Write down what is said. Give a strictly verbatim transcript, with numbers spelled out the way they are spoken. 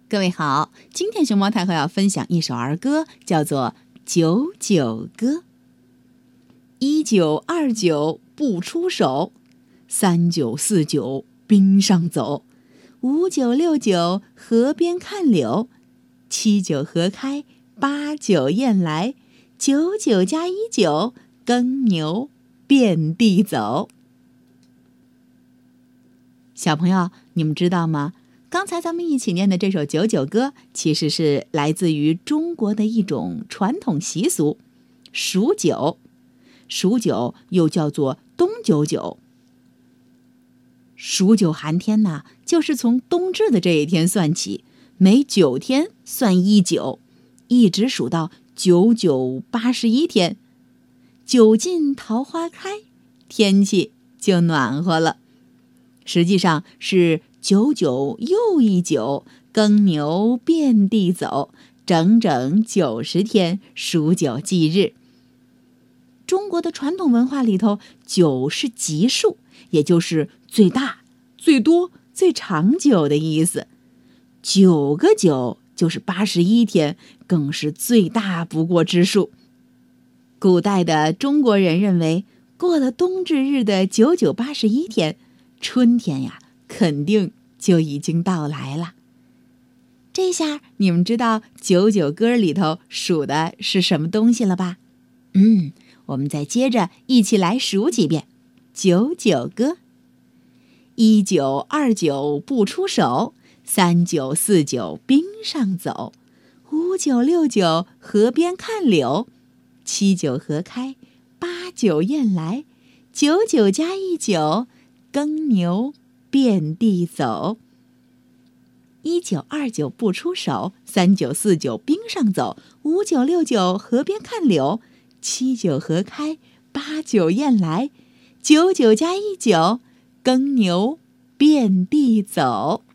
各位好，今天熊猫太后要分享一首儿歌，叫做《九九歌》。一九二九不出手，三九四九冰上走，五九六九河边看柳，七九河开，八九雁来，九九加一九，耕牛遍地走。小朋友，你们知道吗？刚才咱们一起念的这首《九九歌》，其实是来自于中国的一种传统习俗——数九。数九又叫做冬九九。数九寒天呢，就是从冬至的这一天算起，每九天算一九，一直数到九九八十一天。九尽桃花开，天气就暖和了。实际上是九九又一九，耕牛遍地走，整整九十天数九祭日。中国的传统文化里头，九是吉数，也就是最大、最多、最长久的意思。九个九就是八十一天，更是最大不过之数。古代的中国人认为，过了冬至日的九九八十一天，春天呀，肯定就已经到来了。这下你们知道九九歌里头数的是什么东西了吧？嗯，我们再接着一起来数几遍九九歌。一九二九不出手，三九四九冰上走，五九六九河边看柳，七九河开，八九雁来，九九加一九，耕牛遍地走。一九二九不出手，三九四九冰上走，五九六九河边看柳，七九河开，八九雁来，九九加一九，耕牛遍地走。